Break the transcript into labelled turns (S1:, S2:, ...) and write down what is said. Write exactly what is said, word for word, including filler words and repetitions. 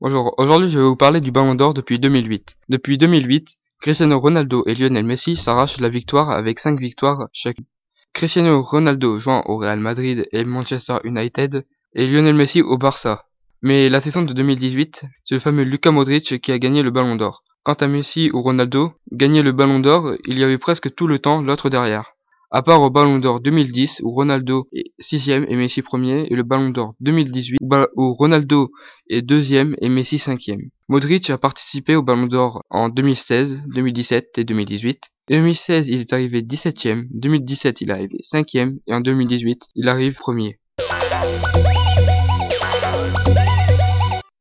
S1: Bonjour, aujourd'hui je vais vous parler du Ballon d'Or depuis deux mille huit. Depuis deux mille huit, Cristiano Ronaldo et Lionel Messi s'arrachent la victoire avec cinq victoires chacun. Cristiano Ronaldo joint au Real Madrid et Manchester United et Lionel Messi au Barça. Mais la saison de deux mille dix-huit, c'est le fameux Luka Modric qui a gagné le Ballon d'Or. Quant à Messi ou Ronaldo, gagner le Ballon d'Or, il y avait presque tout le temps l'autre derrière. À part au Ballon d'Or deux mille dix où Ronaldo est sixième et Messi premier, et le Ballon d'Or deux mille dix-huit où Ronaldo est deuxième et Messi cinquième. Modric a participé au Ballon d'Or en deux mille seize, deux mille dix-sept et deux mille dix-huit. En deux mille seize, il est arrivé dix-septième, deux mille dix-sept, il est arrivé cinquième et en deux mille dix-huit, il arrive premier.